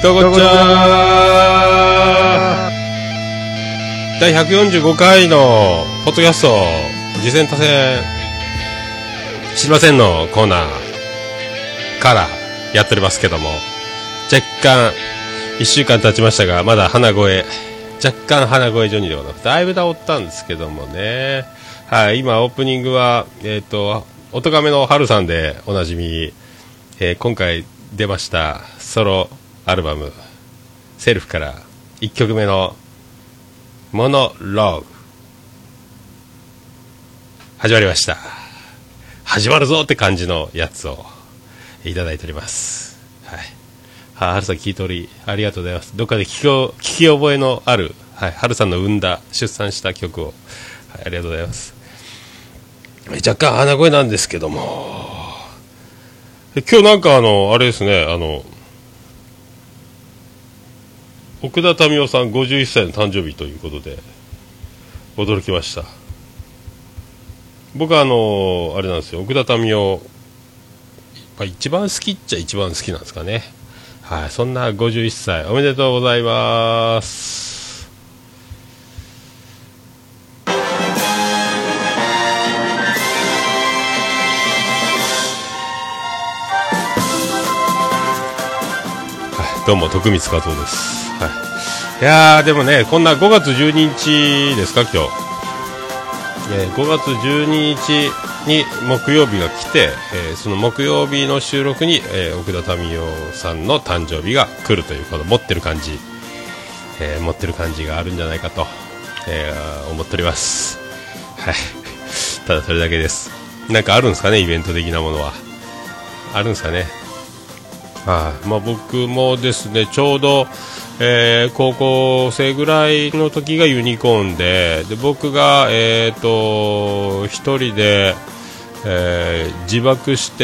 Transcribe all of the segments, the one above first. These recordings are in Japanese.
とこちゃー第145回のポッドキャスト次戦多戦知りませんのコーナーからやっておりますけども、若干1週間経ちましたがまだ鼻声、若干鼻声ジョニーではなくだいぶ治ったんですけどもね。はい、今オープニングはおとがめの春さんでおなじみ、今回出ましたソロアルバムセルフから1曲目のモノローグ始まりました。始まるぞって感じのやつをいただいております。はい、春さん聞いておりありがとうございます。どっかで聞き覚えのある、はい、春さんの生んだ出産した曲を、はい、ありがとうございます。若干鼻声なんですけども、今日なんかあれですね、奥田民生さん51歳の誕生日ということで驚きました。僕はあれなんですよ、奥田民生一番好きっちゃ一番好きなんですかね。はい、そんな51歳おめでとうございます。どうも徳光和夫です。はい、いやーでもね、こんな5月12日ですか今日、5月12日に木曜日が来て、その木曜日の収録に、奥田民生さんの誕生日が来るということ、持ってる感じがあるんじゃないかと、思っております。はい、ただそれだけです。なんかあるんですかね、イベント的なものはあるんですかね。僕もですね、ちょうど、高校生ぐらいの時がユニコーンで僕が一人で、自爆して、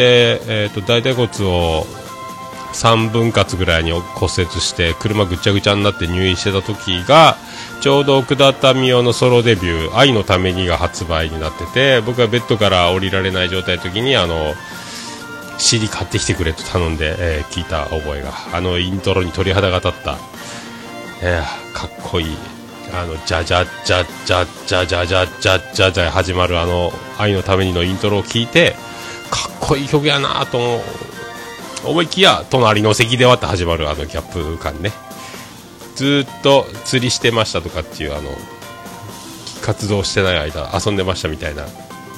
大腿骨を3分割ぐらいに骨折して車ぐちゃぐちゃになって入院してた時がちょうど奥田民生のソロデビュー愛のためにが発売になってて、僕はベッドから降りられない状態の時にCD 買ってきてくれと頼んで、聞いた覚えが、イントロに鳥肌が立った、かっこいいジャジャジャジャジャジャジャジャジャジャ始まる愛のためにのイントロを聞いてかっこいい曲やなと思いきや、隣の席ではって始まるギャップ感ね。ずっと釣りしてましたとかっていう活動してない間遊んでましたみたいな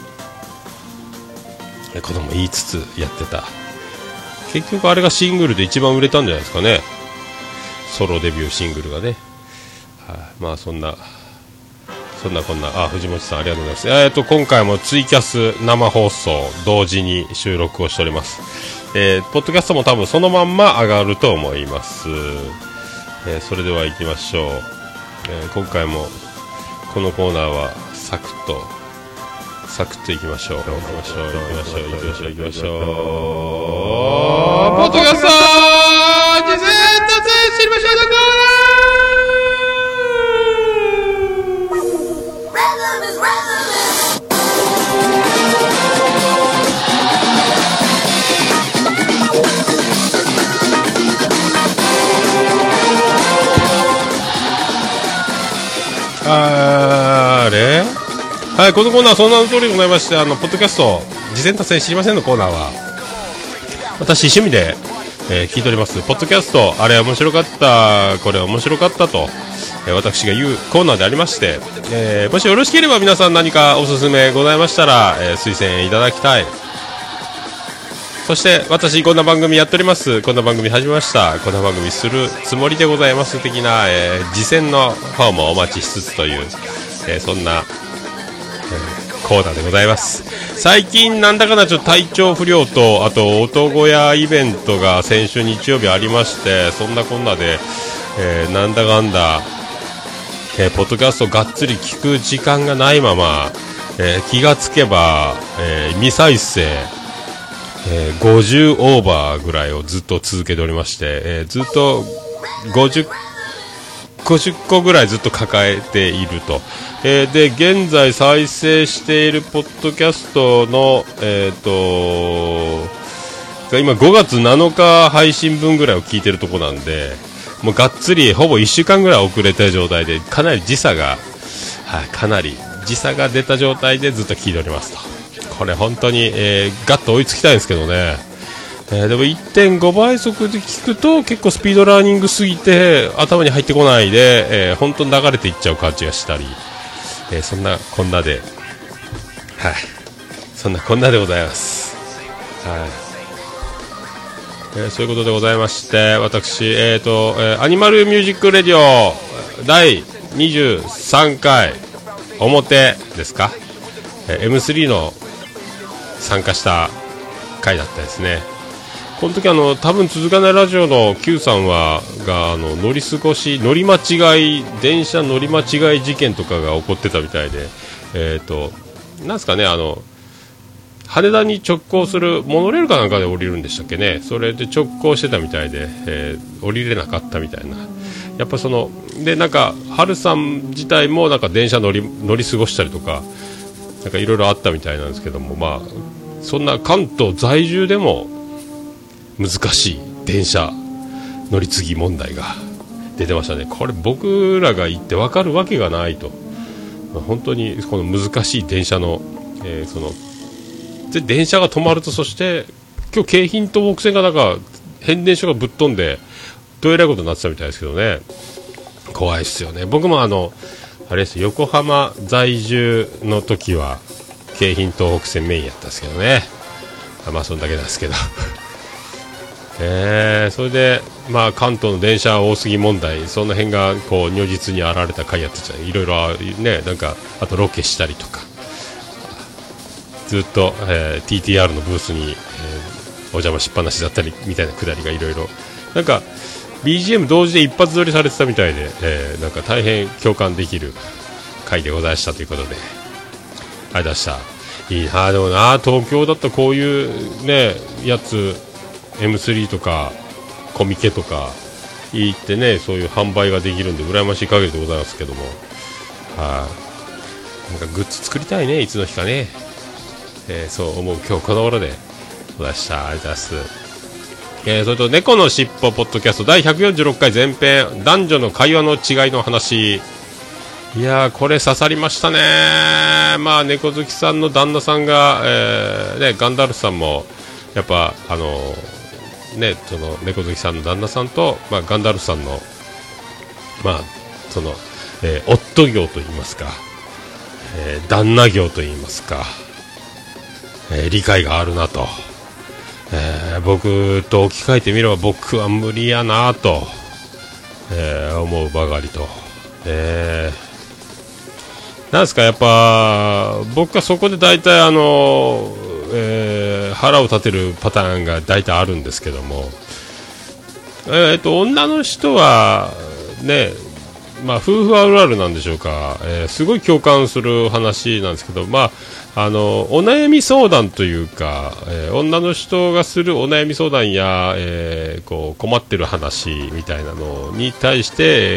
ことも言いつつやってた。結局あれがシングルで一番売れたんじゃないですかね、ソロデビューシングルがね。まあそんなこんな藤本さんありがとうございます。今回もツイキャス生放送同時に収録をしております。ポッドキャストも多分そのまんま上がると思います。それでは行きましょう。今回もこのコーナーはサクッといきましょう。ポッドキャスト次戦多戦知りましょう。はい、このコーナーはそんな通りでございまして、ポッドキャスト次戦多戦知りませんのコーナーは私趣味で、聞いております。ポッドキャストあれ面白かった、これ面白かったと、私が言うコーナーでありまして、もしよろしければ皆さん何かおすすめございましたら、推薦いただきたい。そして私こんな番組やっております、こんな番組始めました、こんな番組するつもりでございます的な、次戦の方もお待ちしつつという、そんなコーナーでございます。最近なんだかなちょっと体調不良と、あと音小屋イベントが先週日曜日ありまして、そんなこんなで、なんだかんだ、ポッドキャストがっつり聞く時間がないまま、気がつけば、未再生、50オーバーぐらいをずっと続けておりまして、ずっと50個ぐらいずっと抱えていると、で現在再生しているポッドキャストの今5月7日配信分ぐらいを聞いてるとこなんで、 もうがっつりほぼ1週間ぐらい遅れた状態でかなり時差が出た状態でずっと聞いておりますと。これ本当に、ガッと追いつきたいんですけどね、でも 1.5 倍速で聞くと結構スピードラーニングすぎて頭に入ってこないで、本当に流れていっちゃう感じがしたり、そんなこんなでそんなこんなでございます。そういうことでございまして、私、アニマルミュージックレディオ第23回表ですか、M3 の参加した回だったですね。この時多分続かないラジオの Q さんが乗り間違い電車乗り間違い事件とかが起こってたみたいで、なんすかね、羽田に直行するモノレールかなんかで降りるんでしたっけね。それで直行してたみたいで、降りれなかったみたいな。やっぱでなんか春さん自体もなんか電車乗り過ごしたりとかなんかいろいろあったみたいなんですけども、まあそんな関東在住でも難しい電車乗り継ぎ問題が出てましたね。これ僕らが行って分かるわけがないと、本当にこの難しい電車の、で電車が止まると、そして今日京浜東北線がなんか変電所がぶっ飛んでどうえらいことになってたみたいですけどね。怖いっすよね。僕もあれです、横浜在住の時は京浜東北線メインやったんですけどね。まあそんだけなんですけどそれでまあ関東の電車多すぎ問題、その辺がこう如実に現れた回やってた、いろいろね、なんかあとロケしたりとかずっと、TTR のブースに、お邪魔しっぱなしだったりみたいなくだりがいろいろなんか BGM 同時で一発撮りされてたみたいで、なんか大変共感できる回でございましたということで、ありがとうございました。いいな。でもな、東京だったらこういうねやつ M3 とかコミケとか行ってね、そういう販売ができるんで羨ましい限りでございますけども、なんかグッズ作りたいね、いつの日かね。そう思う今日この頃でございました。ありがとうございます。それと猫のしっぽポッドキャスト第146回前編、男女の会話の違いの話。いやーこれ刺さりましたね。まあ猫好きさんの旦那さんが、ガンダルフさんもやっぱね、その猫好きさんの旦那さんと、まあ、ガンダルフさんのまあその、夫業といいますか、旦那業といいますか、理解があるなと、僕と置き換えてみれば僕は無理やなと、思うばかりと、なんですか、やっぱ僕はそこで大体腹を立てるパターンが大体あるんですけども、女の人はね、まあ、夫婦あるあるなんでしょうか、すごい共感する話なんですけど、まあ、お悩み相談というか、女の人がするお悩み相談や、こう困ってる話みたいなのに対して、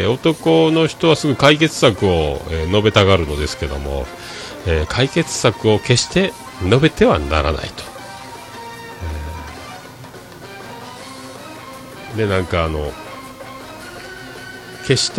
男の人はすぐ解決策を、述べたがるのですけども、解決策を決して述べてはならないと。でなんか決して、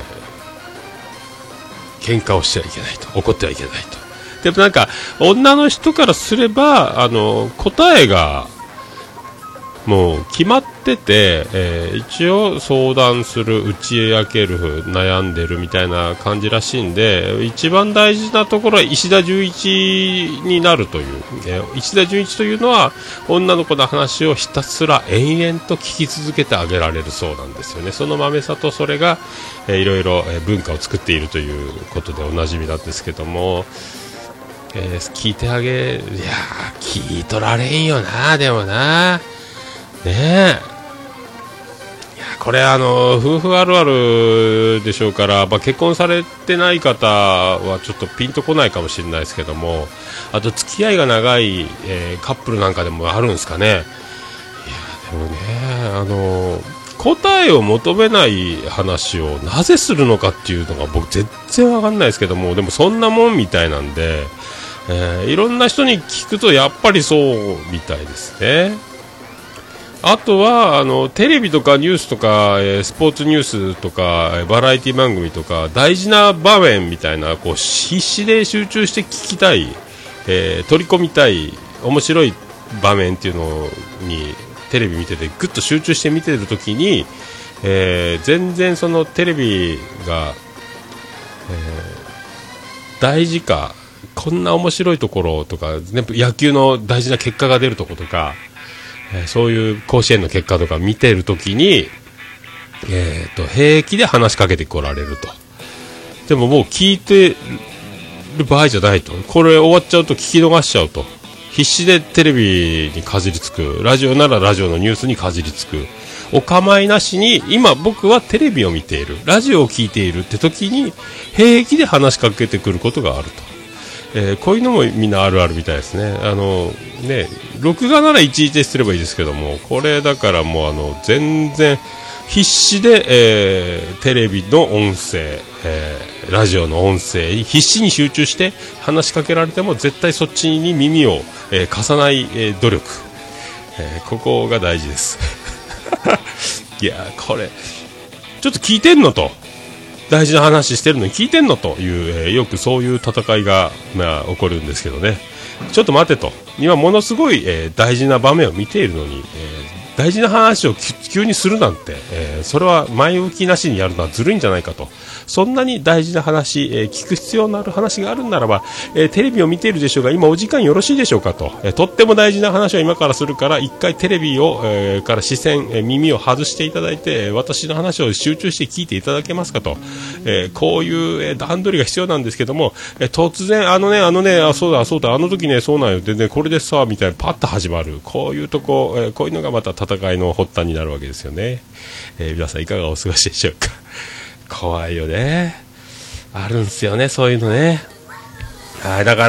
喧嘩をしてはいけないと、怒ってはいけないと。でもなんか女の人からすれば答えがもう決まってて、一応相談する、打ち明ける、悩んでるみたいな感じらしいんで、一番大事なところは石田純一になるという、石田純一というのは女の子の話をひたすら延々と聞き続けてあげられるそうなんですよね。その豆さとそれが、いろいろ文化を作っているということでおなじみなんですけども、聞いてあげ、いや聞いとられんよな。でもなねえ、いやこれ夫婦あるあるでしょうから、まあ、結婚されてない方はちょっとピンとこないかもしれないですけども、あと付き合いが長い、カップルなんかでもあるんですかね。いやでもね、答えを求めない話をなぜするのかっていうのが僕全然わかんないですけども、でもそんなもんみたいなんで、いろんな人に聞くとやっぱりそうみたいですね。 あとはテレビとかニュースとか、スポーツニュースとかバラエティ番組とか大事な場面みたいなこう必死で集中して聞きたい、取り込みたい面白い場面っていうのにテレビ見ててぐっと集中して見てるときに、全然そのテレビが、大事かこんな面白いところとか、ね、野球の大事な結果が出るところとか、そういう甲子園の結果とか見てるときに、平気で話しかけてこられると。でももう聞いてる場合じゃないと。これ終わっちゃうと聞き逃しちゃうと。必死でテレビにかじりつく、ラジオならラジオのニュースにかじりつく、お構いなしに今僕はテレビを見ている、ラジオを聞いているって時に平気で話しかけてくることがあると。こういうのもみんなあるあるみたいですね。録画ならいちいちすればいいですけども、これだからもう全然必死で、テレビの音声、ラジオの音声に必死に集中して話しかけられても絶対そっちに耳を、貸さない、努力、ここが大事ですいやこれちょっと聞いてんのと、大事な話してるのに聞いてんのという、よくそういう戦いが、起こるんですけどね。ちょっと待てと、今ものすごい、大事な場面を見ているのに、大事な話を急にするなんて、それは前置きなしにやるのはずるいんじゃないかと。そんなに大事な話、聞く必要のある話があるならば、テレビを見ているでしょうが今お時間よろしいでしょうかと、とっても大事な話を今からするから一回テレビを、から視線、耳を外していただいて私の話を集中して聞いていただけますかと、こういう、段取りが必要なんですけども、突然そうだあの時ねそうなんよでねこれでさみたいなパッと始まる、こういうとこ、こういうのがまた戦いの発端になるわけですよね。皆さんいかがお過ごしでしょうか。怖いよね、あるんすよねそういうのね。はい、だから、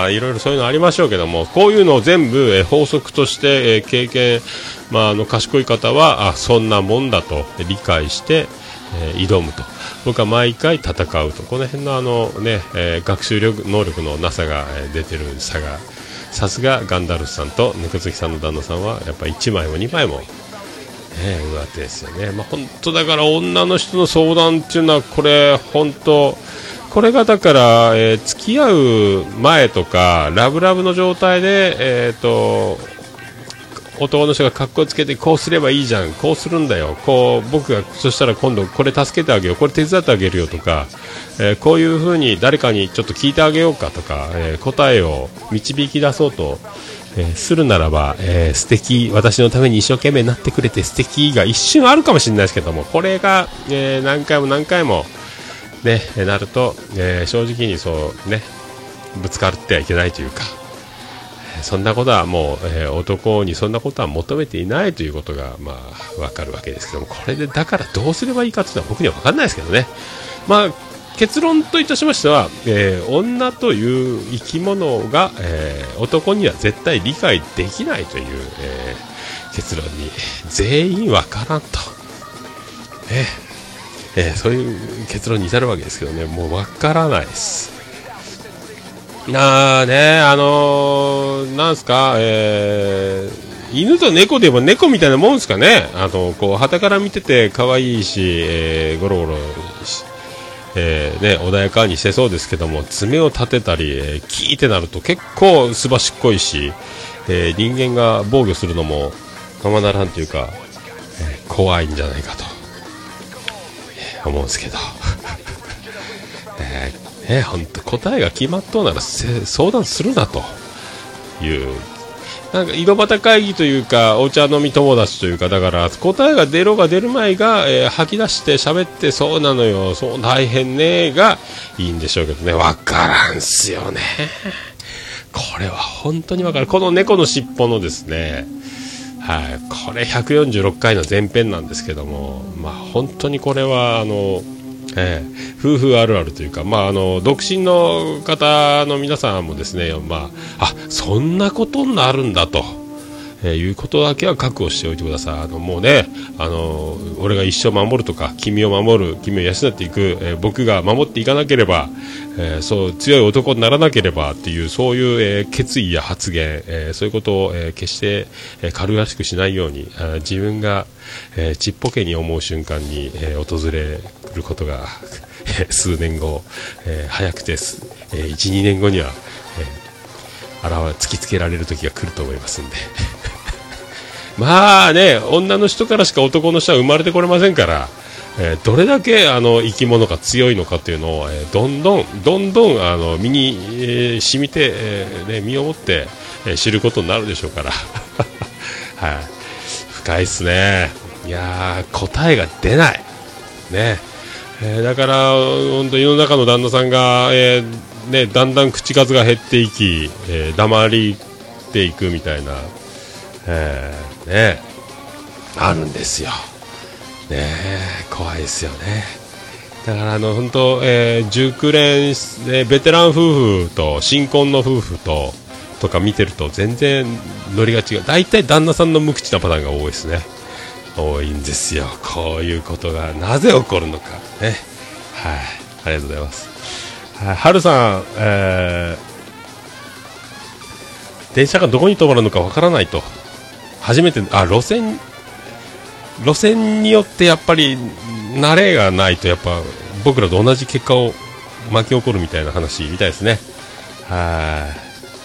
いろいろそういうのありましょうけども、こういうのを全部、法則として、経験、賢い方はそんなもんだと理解して、挑むと。僕は毎回戦うと。この辺の学習能力のなさが、出てる差が、さすがガンダルスさんと猫好きさんの旦那さんはやっぱ1枚も2枚も上手ですよね。本当だから女の人の相談っていうのはこれ本当これがだから、付き合う前とかラブラブの状態で男の人が格好つけてこうすればいいじゃん、こうするんだよ、こう僕がそしたら今度これ助けてあげよう、これ手伝ってあげるよとか、こういう風に誰かにちょっと聞いてあげようかとか、答えを導き出そうと、するならば、素敵、私のために一生懸命なってくれて素敵が一瞬あるかもしれないですけども、これが、何回も何回もねなると、正直にそうねぶつかってはいけないというか、そんなことはもう、男にそんなことは求めていないということがわかるわけですけども、これでだからどうすればいいかというのは僕には分かんないですけどね。結論といたしましては、女という生き物が、男には絶対理解できないという、結論に全員分からんと、そういう結論に至るわけですけどね、もう分からないです。なんすか、犬と猫でも猫みたいなもんですかね。こう旗から見てて可愛いし、ゴロゴロし、穏やかにしてそうですけども、爪を立てたり、キーってなると結構すばしっこいし、人間が防御するのもままならんというか、怖いんじゃないかと、思うんですけど本当答えが決まっとうなら相談するなという、なんか井戸端会議というかお茶飲み友達というか、だから答えが出ろが出る前が、吐き出して喋って、そうなのよそう大変ねがいいんでしょうけどね、わからんすよね。これは本当にわかる。この猫の尻尾のですね、はい、これ146回の前編なんですけども、本当にこれは夫婦あるあるというか、独身の方の皆さんもですね、そんなことになるんだと、いうことだけは覚悟しておいてください。もうね、俺が一生守るとか、君を守る、君を養っていく、僕が守っていかなければ、 そう強い男にならなければっていうそういう、決意や発言、そういうことを、決して、軽々しくしないように自分が、ちっぽけに思う瞬間に、訪れることが数年後、早くて、1、2年後には、突きつけられる時が来ると思いますんでまあね、女の人からしか男の人は生まれてこれませんから、どれだけ生き物が強いのかというのを、どんどん身に、染みて、身をもって、知ることになるでしょうからはい、深いですね。いやー、答えが出ないね。だから本当世の中の旦那さんが、だんだん口数が減っていき、黙りていくみたいな、あるんですよね。怖いですよね。だから本当、熟練、ベテラン夫婦と新婚の夫婦とか見てると全然ノリが違う。だいたい旦那さんの無口なパターンが多いですね。多いんですよ。こういうことがなぜ起こるのかね。はい、ありがとうございます。はい、はるさん、電車がどこに止まるのかわからないと。初めて路線によってやっぱり慣れがないとやっぱ僕らと同じ結果を巻き起こるみたいな話みたいですね。はい。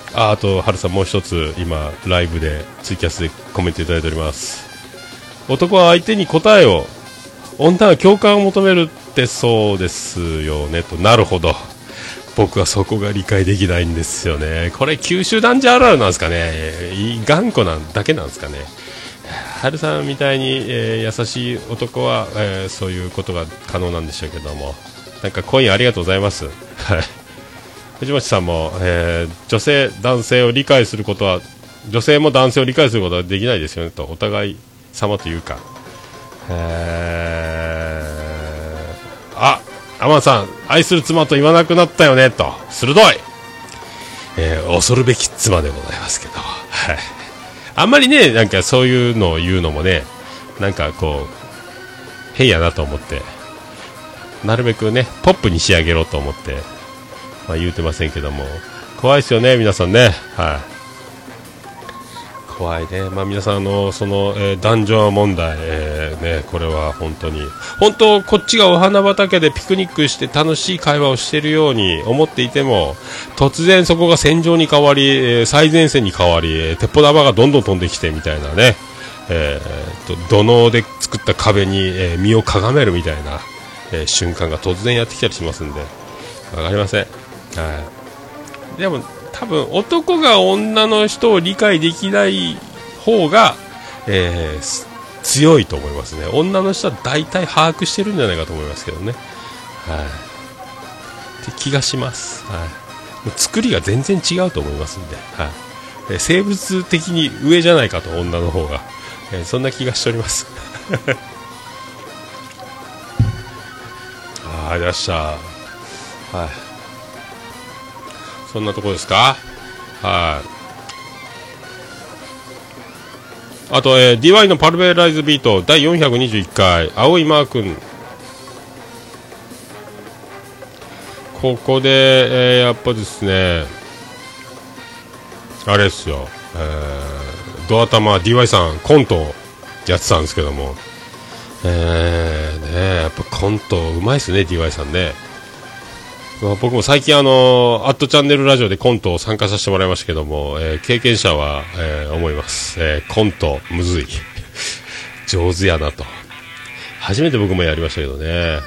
あとはるさんもう一つ今ライブでツイキャスでコメントいただいております。男は相手に答えを、女は共感を求めるってそうですよねと。なるほど。僕はそこが理解できないんですよね。これ九州男児あるあるなんですかね。頑固なだけなんですかね。春さんみたいに、優しい男は、そういうことが可能なんでしょうけども、なんかコインありがとうございます。はい。藤本さんも、女性男性を理解することは、女性も男性を理解することはできないですよねと。お互い様というか、アマンさん、愛する妻と言わなくなったよねと。鋭い、恐るべき妻でございますけど、はい。あんまりね、なんかそういうのを言うのもね、なんかこう変やなと思って、なるべくねポップに仕上げろと思って、言うてませんけども、怖いですよね皆さんね。はい。怖いね。皆さんその、男女問題、これは本当こっちがお花畑でピクニックして楽しい会話をしているように思っていても、突然そこが戦場に変わり、最前線に変わり、鉄砲玉がどんどん飛んできてみたいなね、土のうで作った壁に、身をかがめるみたいな、瞬間が突然やってきたりしますんで、わかりません。はい。でも多分男が女の人を理解できない方が、強いと思いますね。女の人は大体把握してるんじゃないかと思いますけどね。はい。って気がします。はい。作りが全然違うと思いますんで、はい。生物的に上じゃないかと、女の方が、そんな気がしております。ありました。はい。そんなところですか。はい。あと、DY のパルベライズビート第421回青いマー君、ここで、やっぱですね、あれですよ、ドア玉 DY さんコントやってたんですけども、やっぱコントうまいですね DY さんね。僕も最近アットチャンネルラジオでコントを参加させてもらいましたけども、経験者は、思います、コントむずい上手やなと。初めて僕もやりましたけどね。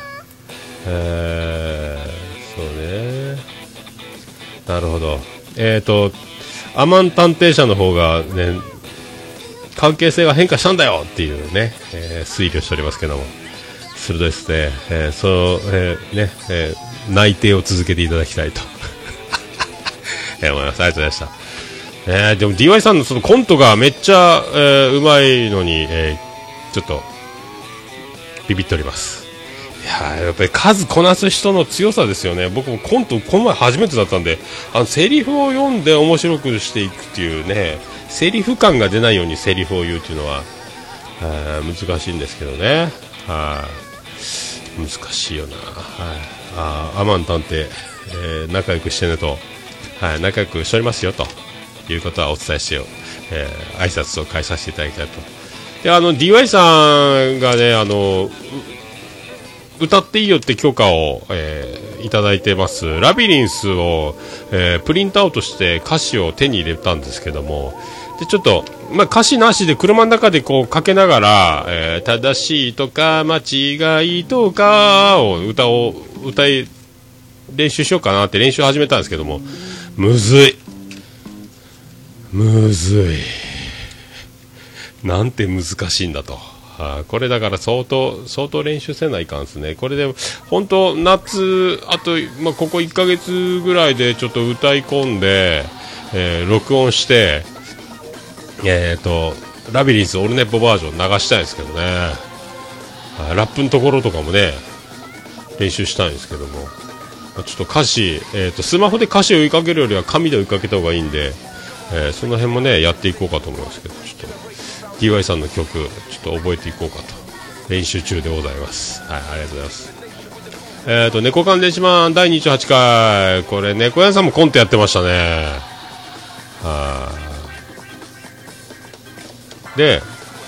そうね、なるほど。アマン探偵社の方がね、関係性が変化したんだよっていうね、推理をしておりますけども、鋭いですね。内定を続けていただきたいと思います。ありがとうございました。でも DY さんのそのコントがめっちゃ、うまいのに、ちょっとビビっております。いややっぱり数こなす人の強さですよね。僕もコントこの前初めてだったんで、セリフを読んで面白くしていくっていうね、セリフ感が出ないようにセリフを言うっていうのは難しいんですけどね。難しいよな。はい。アマン探偵仲良くしてねと、はい、仲良くしておりますよということはお伝えしてよ、挨拶を返させていただきたいと。でDY さんがね歌っていいよって許可を、いただいてますラビリンスを、プリントアウトして歌詞を手に入れたんですけども、でちょっと、歌詞なしで車の中でこうかけながら、正しいとか間違いとかを歌い練習しようかなって練習始めたんですけども、むずいなんて難しいんだと。これだから相当練習せないかんですね。これで本当夏あと、ここ1ヶ月ぐらいでちょっと歌い込んで、録音してラビリンスオルネポバージョン流したいんですけどね。ラップのところとかもね練習したいんですけども、ちょっと歌詞、スマホで歌詞を追いかけるよりは紙で追いかけた方がいいんで、その辺もねやっていこうかと思いますけど、ちょっと DY さんの曲ちょっと覚えていこうかと練習中でございます。はい、ありがとうございます。猫缶電子版第28回、これ猫屋さんもコントやってましたね。で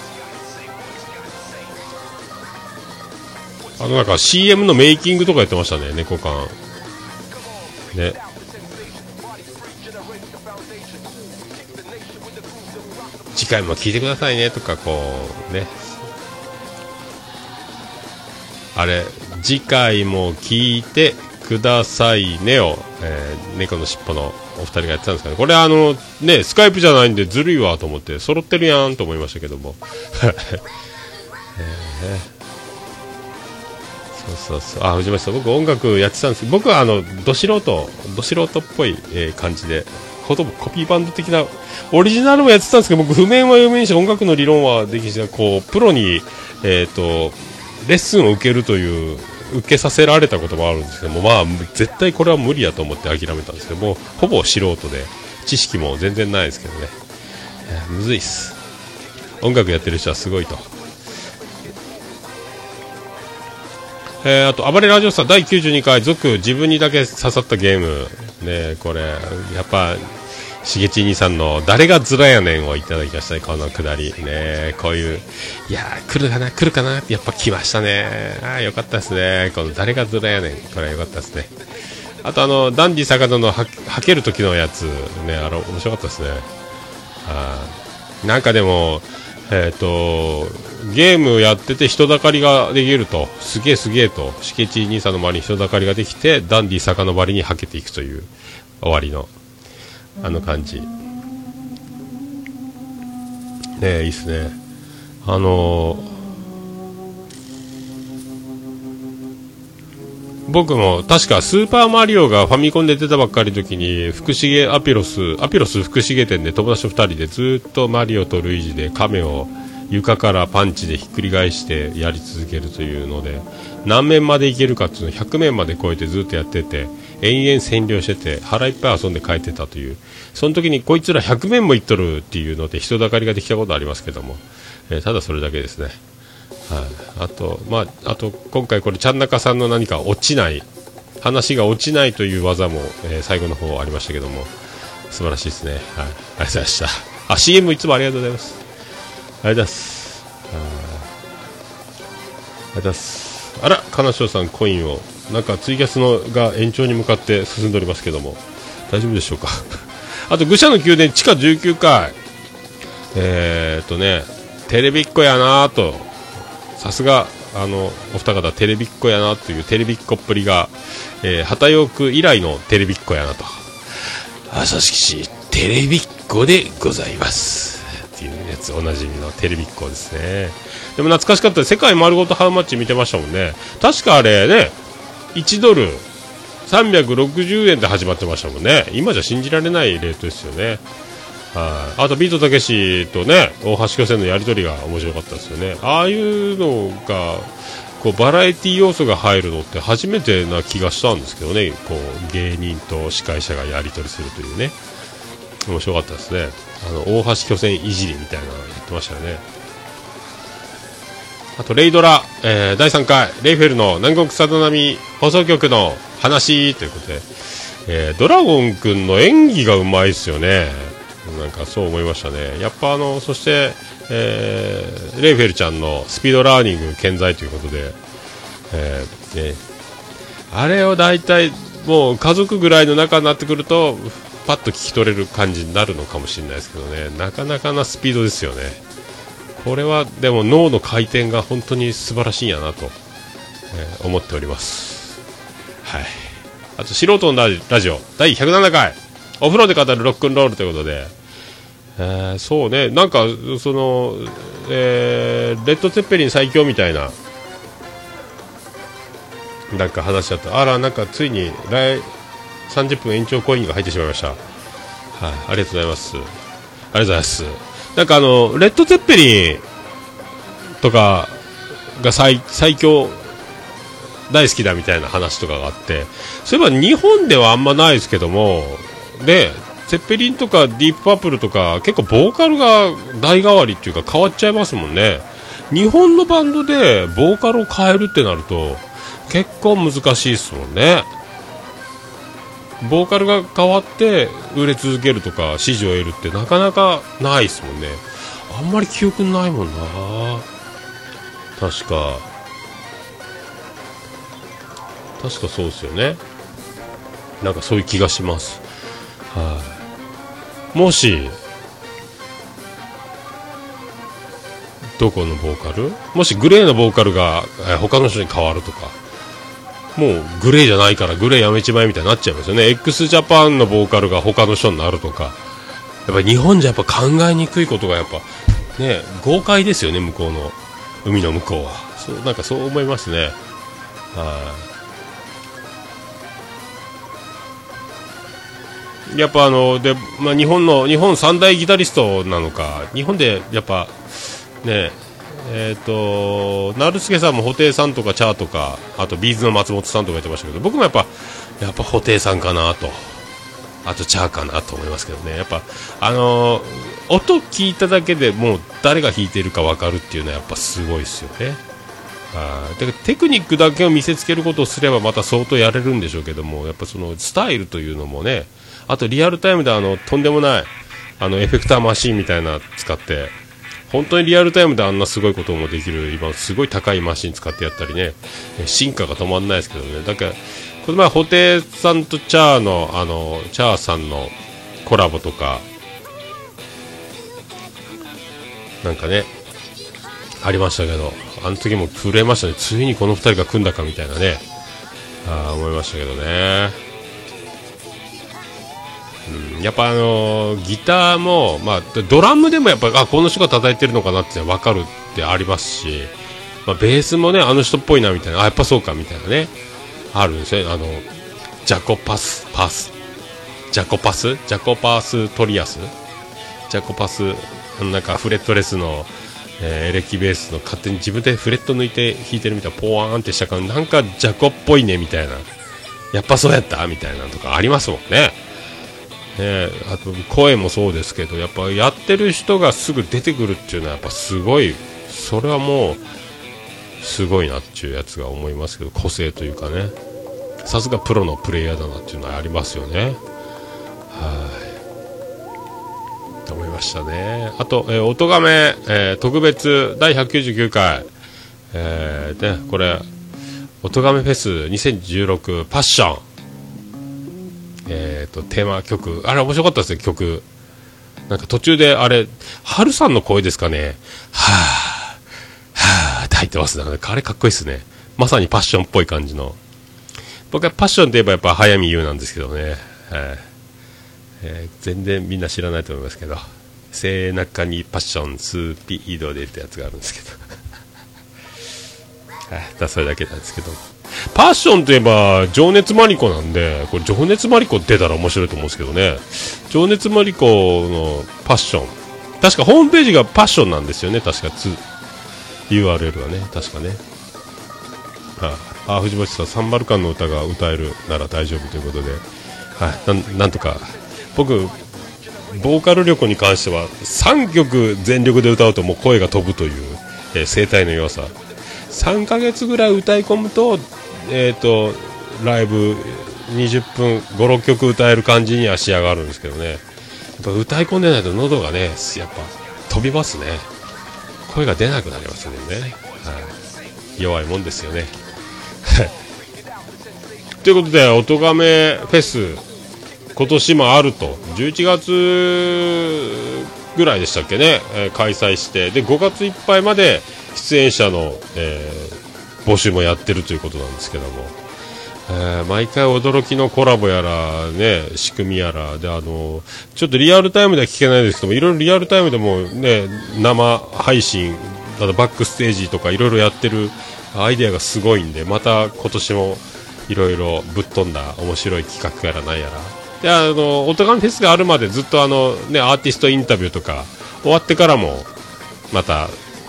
なんか CM のメイキングとかやってましたね、猫缶ね。次回も聞いてくださいねとか、こうね、あれ次回も聞いてくださいねを、猫のしっぽのお二人がやってたんですけど、これねスカイプじゃないんでずるいわと思って揃ってるやんと思いましたけどもそう藤巻さん、僕音楽やってたんですけど、僕はど素人っぽい、感じでほとんどコピーバンド的なオリジナルもやってたんですけど、僕譜面は読めんし音楽の理論はできず、こうプロにレッスンを受けるという受けさせられたこともあるんですけども、絶対これは無理やと思って諦めたんですけども、ほぼ素人で知識も全然ないですけどね、むずいっす。音楽やってる人はすごいと。あと暴れラジオさん第92回続自分にだけ刺さったゲームね、これやっぱしげち兄さんの誰がズラやねんをいただきましたね。このくだりね、こういういや来るかなってやっぱ来ましたね。よかったですね、この誰がズラやねん、これはよかったですね。あとダンディ坂田のはける時のやつね、面白かったですね。なんかでもゲームやってて人だかりができるとすげえと、しげち兄さんの周りに人だかりができてダンディ坂の周りにはけていくという終わりの感じね、いいっすね。僕も確かスーパーマリオがファミコンで出たばっかりの時に福重アピロス福重店で友達と2人でずっとマリオとルイージで亀を床からパンチでひっくり返してやり続けるというので、何面までいけるかっていうのを100面まで超えてずっとやってて、延々占領してて腹いっぱい遊んで帰ってたという、その時にこいつら100面もいっとるっていうので人だかりができたことありますけども、ただそれだけですね。あと今回これちゃんなかさんの何か話が落ちないという技も、最後の方ありましたけども素晴らしいですね。ありがとうございました。CM いつもありがとうございます。ありがとうございます。ありがとうございます。あら、金城さんコインをなんかツイキャスのが延長に向かって進んでおりますけども大丈夫でしょうかあと愚者の宮殿地下19階テレビっ子やなと、さすがお二方テレビっ子やなというテレビっ子っぷりが、畑陽区以来のテレビっ子やなと、朝敷市テレビっ子でございますっていうやつ、おなじみのテレビっ子ですね。でも懐かしかった。世界丸ごとハウマッチ見てましたもんね。確かあれね1ドル360円で始まってましたもんね。今じゃ信じられないレートですよね。あとビートたけしとね大橋巨泉のやり取りが面白かったですよね。ああいうのがこうバラエティ要素が入るのって初めてな気がしたんですけどね。こう芸人と司会者がやり取りするというね、面白かったですね。大橋巨泉いじりみたいなのやってましたよね。あとレイドラ、第3回レイフェルの南国さだなみ放送局の話ということで、ドラゴンくんの演技がうまいですよね。なんかそう思いましたね。やっぱそして、レイフェルちゃんのスピードラーニング健在ということで、あれを大体もう家族ぐらいの中になってくるとパッと聞き取れる感じになるのかもしれないですけどね、なかなかなスピードですよね。これはでも脳の回転が本当に素晴らしいんやなと、思っております。はい。あと素人のラジオ第107回お風呂で語るロックンロールということで、そうね、なんかその、レッド・ツェッペリン最強みたいななんか話し合った。あら、なんかついに30分延長コインが入ってしまいました。はい、ありがとうございます。ありがとうございます。なんかレッド・ツェッペリンとかが最強大好きだみたいな話とかがあって、そういえば日本ではあんまないですけども、でツェッペリンとかディープパープルとか結構ボーカルが代替わりっていうか変わっちゃいますもんね。日本のバンドでボーカルを変えるってなると結構難しいですもんね。ボーカルが変わって売れ続けるとか支持を得るってなかなかないですもんね。あんまり記憶ないもんな。確かそうですよね。なんかそういう気がします。はい、もしどこのボーカル、もしグレーのボーカルが、他の人に変わるとか、もうグレーじゃないからグレーやめちまえみたいになっちゃいますよね。 x ジャパンのボーカルが他の人になるとか、やっぱり日本じゃやっぱ考えにくいことがやっぱね、豪快ですよね、向こうの海の向こうは。なんかそう思いますね。やっぱで、日本三大ギタリストなのか、日本でやっぱね、成助さんも布袋さんとかチャーとか、あとビーズの松本さんとか言ってましたけど、僕もやっぱ布袋さんかなと、あとチャーかなと思いますけどね。やっぱ音聞いただけでもう誰が弾いてるか分かるっていうのはやっぱすごいですよね。だからテクニックだけを見せつけることをすればまた相当やれるんでしょうけども、やっぱそのスタイルというのもね、あとリアルタイムでとんでもないエフェクターマシンみたいな使って本当にリアルタイムであんなすごいこともできる、今すごい高いマシン使ってやったりね、進化が止まんないですけどね。だからこの前布袋さんとチャーのチャーさんのコラボとかなんかねありましたけど、あの時も震えましたね。ついにこの2人が組んだかみたいなね、思いましたけどね。やっぱギターも、ドラムでもやっぱこの人が叩いてるのかなって分かるってありますし、ベースもねあの人っぽいなみたいな、やっぱそうかみたいなねあるんですね。ジャコパストリアス、ジャコパスなんかフレットレスの、エレキベースの勝手に自分でフレット抜いて弾いてるみたいな、ポワーンってした感じ、なんかジャコっぽいねみたいな、やっぱそうやったみたいなのとかありますもんね。あと声もそうですけど、やっぱやってる人がすぐ出てくるっていうのはやっぱすごい、それはもうすごいなっていうやつが思いますけど、個性というかね、さすがプロのプレイヤーだなっていうのはありますよね。と思いましたね。あと、音亀、特別第199回、これ音亀フェス2016パッション、テーマ曲、あれ面白かったですね。曲なんか途中であれ春さんの声ですかね、はぁって入ってますね。あれかっこいいですね。まさにパッションっぽい感じの。僕はパッションといえばやっぱ早見優なんですけどね、全然みんな知らないと思いますけど、背中にパッションスピードでってやつがあるんですけどそれだけなんですけど、パッションといえば情熱マリコなんで、これ情熱マリコ出たら面白いと思うんですけどね。情熱マリコのパッション、確かホームページがパッションなんですよね。確かURL はね、確かね。藤本さん、サンバルカンの歌が歌えるなら大丈夫ということで、なんとか僕ボーカル力に関しては3曲全力で歌うともう声が飛ぶという、声帯の良さ、3ヶ月ぐらい歌い込むとライブ20分5、6曲歌える感じには仕上がるんですけどね、やっぱ歌い込んでないと喉がねやっぱ飛びますね。声が出なくなりますもんね、はい、弱いもんですよねということでおとがめフェス今年もあると、11月ぐらいでしたっけね、開催して、で5月いっぱいまで出演者の、募集もやってるということなんですけども、毎回驚きのコラボやらね、仕組みやらで、ちょっとリアルタイムでは聞けないですけども、いろいろリアルタイムでもね、生配信バックステージとかいろいろやってるアイデアがすごいんで、また今年もいろいろぶっ飛んだ面白い企画やらなんやらで、おとがめフェスがあるまでずっとね、アーティストインタビューとか終わってからもまた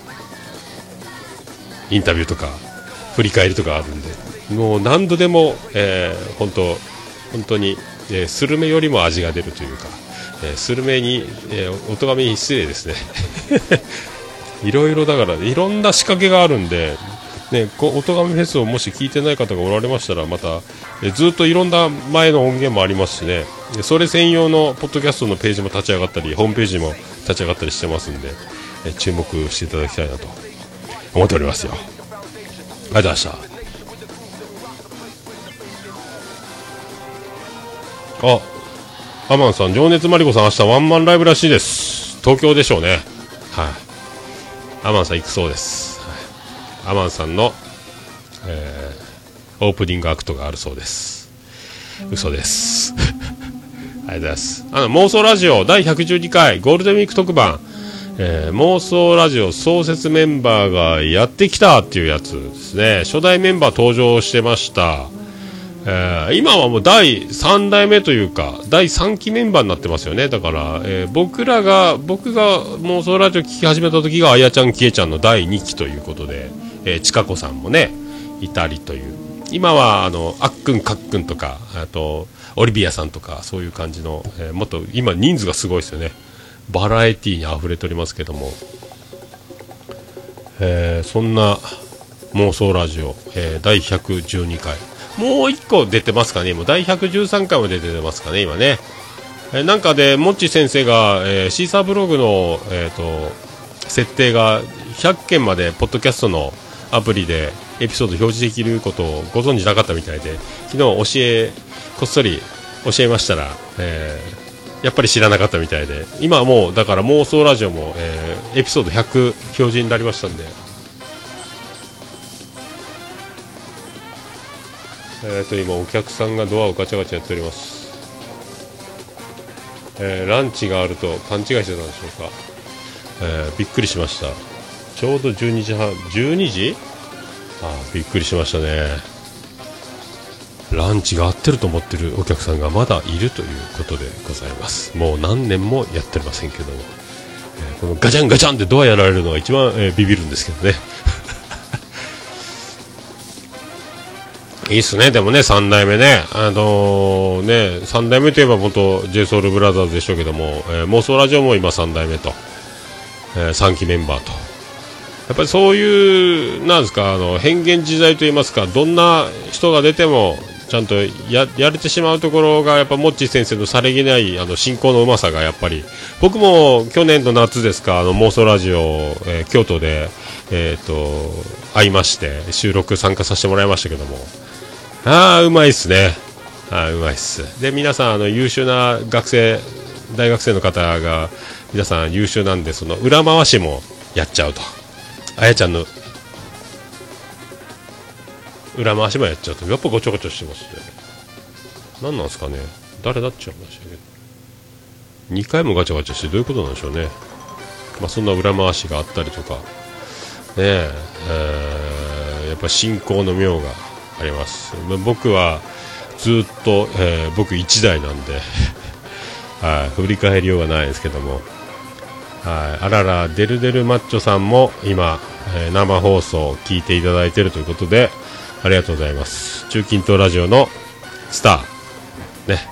インタビューとか振り返りとかあるんで、もう何度でも、本当に、スルメよりも味が出るというか、スルメに、おとがめに失礼ですねいろいろだからいろんな仕掛けがあるんで、ね、おとがめフェスをもし聞いてない方がおられましたらまた、ずっといろんな前の音源もありますしね、それ専用のポッドキャストのページも立ち上がったりホームページも立ち上がったりしてますんで、注目していただきたいなと思っておりますよ。ありがとうございました。アマンさん、情熱マリコさん明日ワンマンライブらしいです。東京でしょうね。はい、アマンさん行くそうです。はい、アマンさんの、オープニングアクトがあるそうです。嘘ですありがとうございます。妄想ラジオ第112回ゴールデンウィーク特番、妄想ラジオ創設メンバーがやってきたっていうやつですね。初代メンバー登場してました。今はもう第3代目というか第3期メンバーになってますよね。だから、僕が妄想ラジオ聞き始めた時があやちゃんきえちゃんの第2期ということで、ちかこさんもねいたりという、今はあっくんかっくんとか、あとオリビアさんとかそういう感じの、もっと今人数がすごいですよね。バラエティーに溢れておりますけども、そんな妄想ラジオ、第112回もう1個出てますかね。もう第113回も出てますかね今ね。なんかでもっち先生が、シーサーブログの、設定が100件までポッドキャストのアプリでエピソード表示できることをご存知なかったみたいで、昨日こっそり教えましたら、やっぱり知らなかったみたいで、今はもうだから妄想ラジオも、エピソード100表示になりましたんで、今お客さんがドアをガチャガチャやっております。ランチがあると勘違いしてたんでしょうか。びっくりしました。ちょうど12時半12時びっくりしましたね。ランチが合ってると思ってるお客さんがまだいるということでございます。もう何年もやっておりませんけども、このガチャンガチャンってドアやられるのが一番、ビビるんですけどねいいっすね。でもね3代目ね、3代目といえば元 JSOULBROTHERS でしょうけども、妄想ラジオも今3代目と、3期メンバーと、やっぱりそういうなんですか、変幻自在といいますか、どんな人が出てもちゃんと やれてしまうところがやっぱモッチー先生のさりげない進行のうまさが、やっぱり僕も去年の夏ですか、妄想ラジオ、京都で会いまして収録参加させてもらいましたけども、うまいっすね。うまいっす。で皆さん優秀な大学生の方が皆さん優秀なんで、その裏回しもやっちゃうと、あやちゃんの裏回しもやっちゃうと、やっぱごちょごちょしてますね。何なんですかね。誰だっちゃいましたけど2回もガチャガチャしてどういうことなんでしょうね。そんな裏回しがあったりとかね、やっぱ進行の妙があります。僕はずっと、僕1台なんで振り返りようがないですけども、あららデルデルマッチョさんも今、生放送を聞いていただいているということでありがとうございます。中近東ラジオのスターね、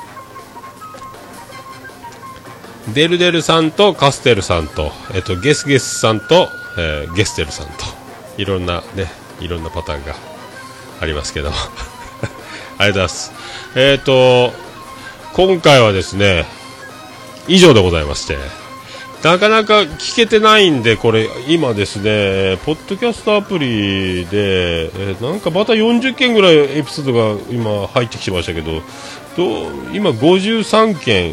デルデルさんとカステルさんと、ゲスゲスさんと、ゲステルさんといろんなパターンがありますけどありがとうございます。今回はですね、以上でございまして、なかなか聞けてないんで、これ今ですね、ポッドキャストアプリで、なんかまた40件ぐらいエピソードが今入ってきてましたけど、今53件、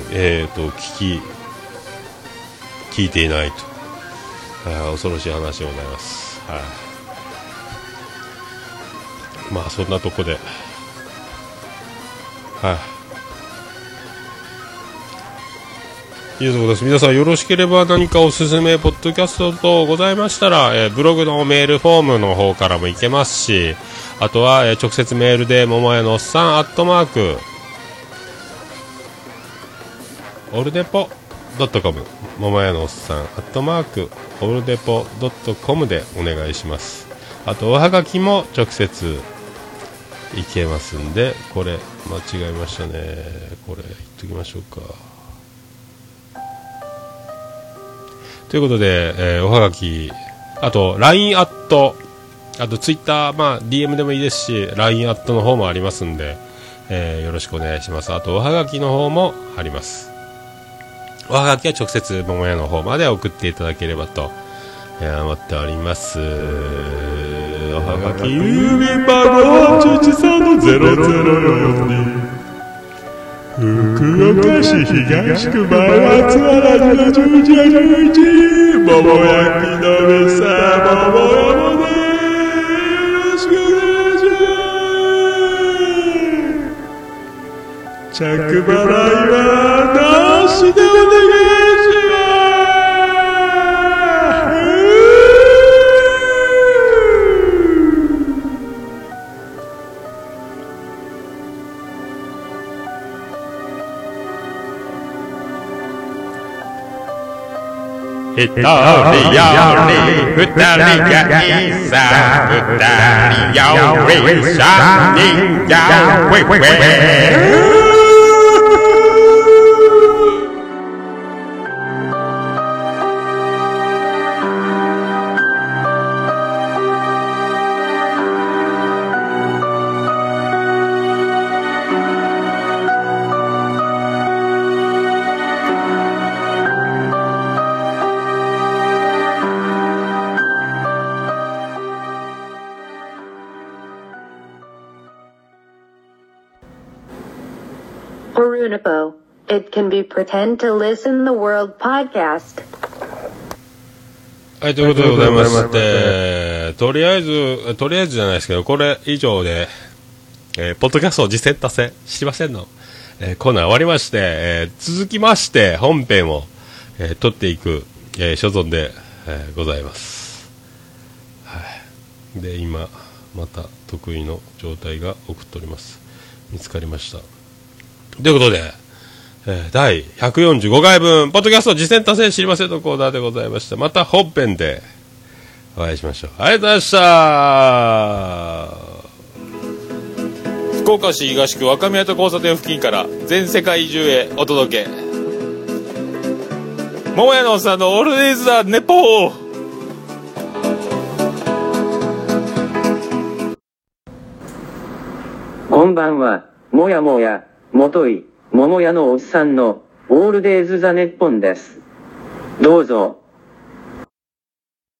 聞いていないと、恐ろしい話でございます。はい、まあそんなとこで、はい、いいところです。皆さんよろしければ何かおすすめポッドキャスト等ございましたら、ブログのメールフォームの方からもいけますし、あとは、直接メールで桃屋のおっさん@オルデポ.com 桃屋のおっさんオルデポ.com でお願いします。あとおはがきも直接いけますんで、これ間違えましたね、これ言っときましょうか。ということで、おはがき、あと LINE アット、あと Twitter、まあ DM でもいいですし、LINE アットの方もありますんで、よろしくお願いします。あとおはがきの方もあります。おはがきは直接桃屋の方まで送っていただければと、思っております。おはがき郵便番号113-0042、福岡市東区前松原の1111、桃焼きのめさ桃山でよろしくお願いします。着払いはなしでお願いします。一人より二人がいいさ、二人より三人がウェイウェイ。 Horunipo. It can be pretend to listen the world podcast. はい、ということでございまして、とりあえずじゃないですけど、これ以上で、ポッドキャストを実践達成知りませんの、コーナー終わりまして、続きまして本編を、撮っていく、所存で、ございます。はい。で、今また得意の状態が送っております。見つかりました。ということで、第145回分ポッドキャスト実践達成知りませんのコーナーでございました。また本編でお会いしましょう。ありがとうございました。福岡市東区若宮と交差点付近から全世界中へお届け、桃屋のおっさんのオールデイズ・ザ・ネポー。 こんばんは、もやもやもとい桃屋のおっさんのオールデイズ・ザ・ネッポンです。どうぞ。